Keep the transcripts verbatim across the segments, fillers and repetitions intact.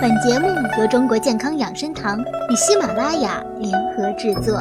本节目由中国健康养生堂与喜马拉雅联合制作。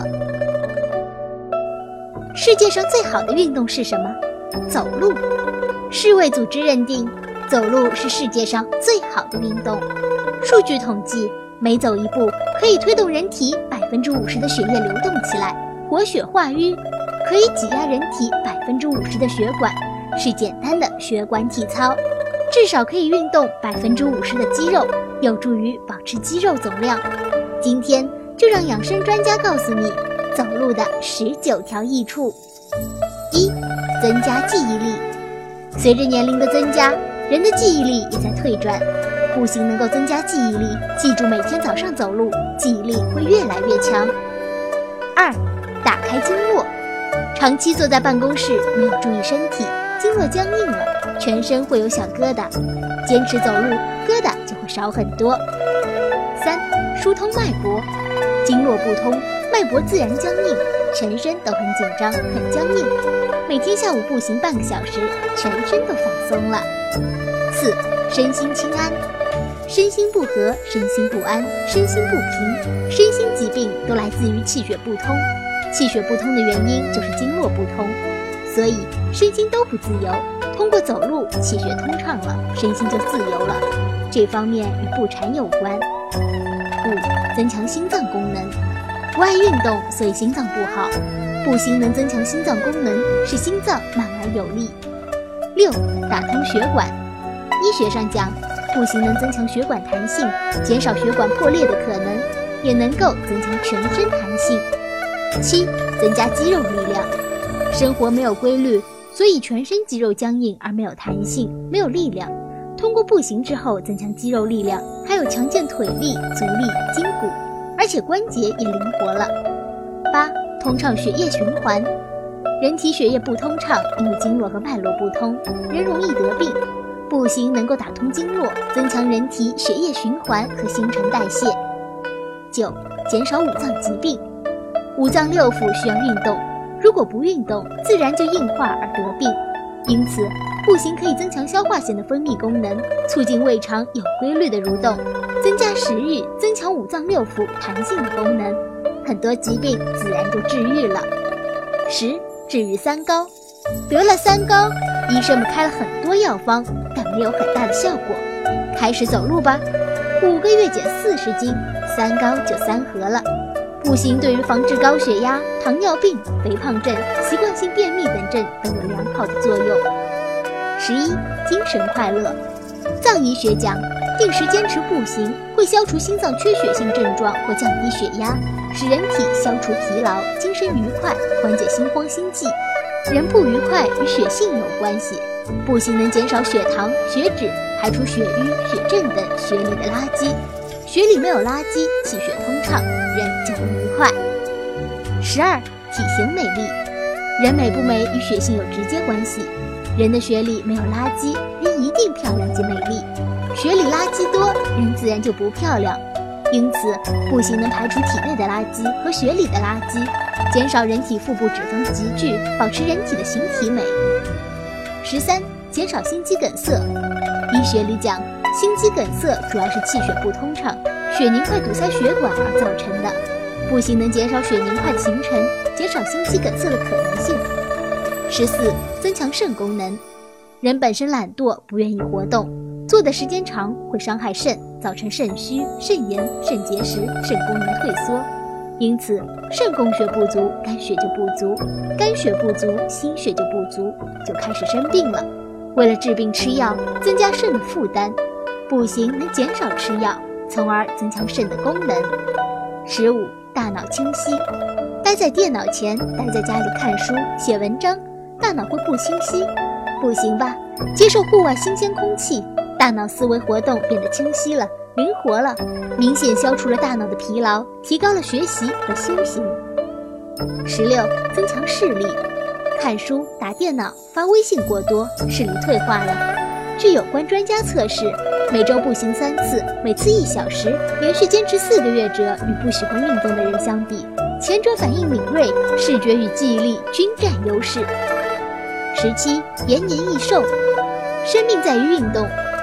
世界上最好的运动是什么？走路。世卫组织认定，走路是世界上最好的运动。数据统计，每走一步可以推动人体百分之五十的血液流动起来，活血化瘀，可以挤压人体百分之五十的血管，是简单的血管体操。至少可以运动百分之五十的肌肉，有助于保持肌肉总量。今天就让养生专家告诉你走路的十九条益处。一、增加记忆力。随着年龄的增加，人的记忆力也在退转。步行能够增加记忆力，记住每天早上走路，记忆力会越来越强。二、打开经络。长期坐在办公室，没有注意身体，经络僵硬了，全身会有小疙瘩，坚持走路，疙瘩就会少很多。三、疏通脉搏。经络不通，脉搏自然僵硬，全身都很紧张，很僵硬。每天下午步行半个小时，全身都放松了。四、身心清安。身心不和，身心不安，身心不平，身心疾病都来自于气血不通。气血不通的原因就是经络不通，所以身心都不自由。通过走路，气血通畅了，身心就自由了。这方面与步禅有关。五、增强心脏功能。不爱运动，所以心脏不好。步行能增强心脏功能，使心脏慢而有力。六、打通血管。医学上讲，步行能增强血管弹性，减少血管破裂的可能，也能够增强全身弹性。七、增加肌肉力量。生活没有规律，所以全身肌肉僵硬而没有弹性，没有力量。通过步行之后增强肌肉力量，还有强健腿力、足力、筋骨，而且关节也灵活了。八、通畅血液循环。人体血液不通畅，因为经络和脉络不通，人容易得病。步行能够打通经络，增强人体血液循环和新陈代谢。九、减少五脏疾病。五脏六腑需要运动，如果不运动，自然就硬化而得病。因此，步行可以增强消化腺的分泌功能，促进胃肠有规律的蠕动，增加食欲，增强五脏六腑弹性的功能，很多疾病自然就治愈了。十、治愈三高。得了三高，医生们开了很多药方，但没有很大的效果。开始走路吧，五个月减四十斤，三高就三合了。步行对于防治高血压、糖尿病、肥胖症、习惯性便秘等症都有良好的作用。十一、精神快乐。藏医学讲，定时坚持步行会消除心脏缺血性症状或降低血压，使人体消除疲劳，精神愉快，缓解心慌心悸。人不愉快与血性有关系，步行能减少血糖、血脂，排除血瘀、血症等血里的垃圾。血里没有垃圾，气血通畅，人就会愉快。十二、体型美丽。人美不美与血性有直接关系。人的血里没有垃圾，人一定漂亮及美丽。血里垃圾多，人自然就不漂亮。因此，步行能排除体内的垃圾和血里的垃圾，减少人体腹部脂肪集聚，保持人体的形体美。十三、减少心肌梗塞。医学里讲，心肌梗塞主要是气血不通畅，血凝块堵塞血管而造成的。步行能减少血凝块的形成，减少心肌梗塞的可能性。十四、增强肾功能。人本身懒惰，不愿意活动，坐的时间长会伤害肾，造成肾虚、肾炎、肾结石、肾功能退缩。因此，肾供血不足，肝血就不足，肝血不足，心血就不足，就开始生病了。为了治病吃药，增加肾的负担，步行能减少吃药，从而增强肾的功能。十五、大脑清晰。待在电脑前，待在家里看书、写文章，大脑会不清晰。步行吧，接受户外新鲜空气，大脑思维活动变得清晰了，灵活了，明显消除了大脑的疲劳，提高了学习和修行。十六、增强视力。看书、打电脑、发微信过多，视力退化了。据有关专家测试，每周步行三次，每次一小时，连续坚持四个月者与不喜欢运动的人相比，前者反应敏锐，视觉与记忆力均占优势。十七、延年益寿。生命在于运动，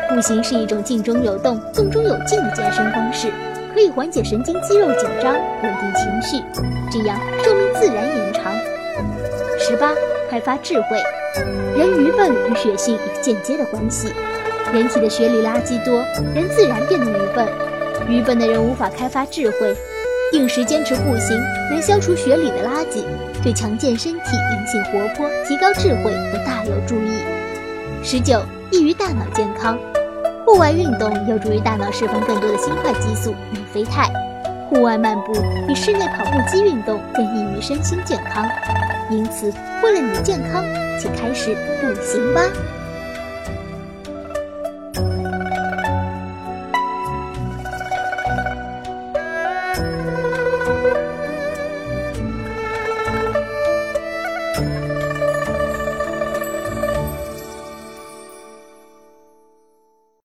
步行是一种静中有动、动中有静的健身方式，可以缓解神经肌肉紧张，稳定情绪，这样寿命自然延长。十八、开发智慧。人愚笨与血性有间接的关系，人体的血里垃圾多，人自然变得愚笨。愚笨的人无法开发智慧，定时坚持步行能消除血里的垃圾，对强健身体、灵性活泼、提高智慧都大有助益。十九、益于大脑健康。户外运动有助于大脑释放更多的心快激素、内啡肽。户外漫步比室内跑步机运动更益于身心健康，因此为了你的健康，请开始步行吧。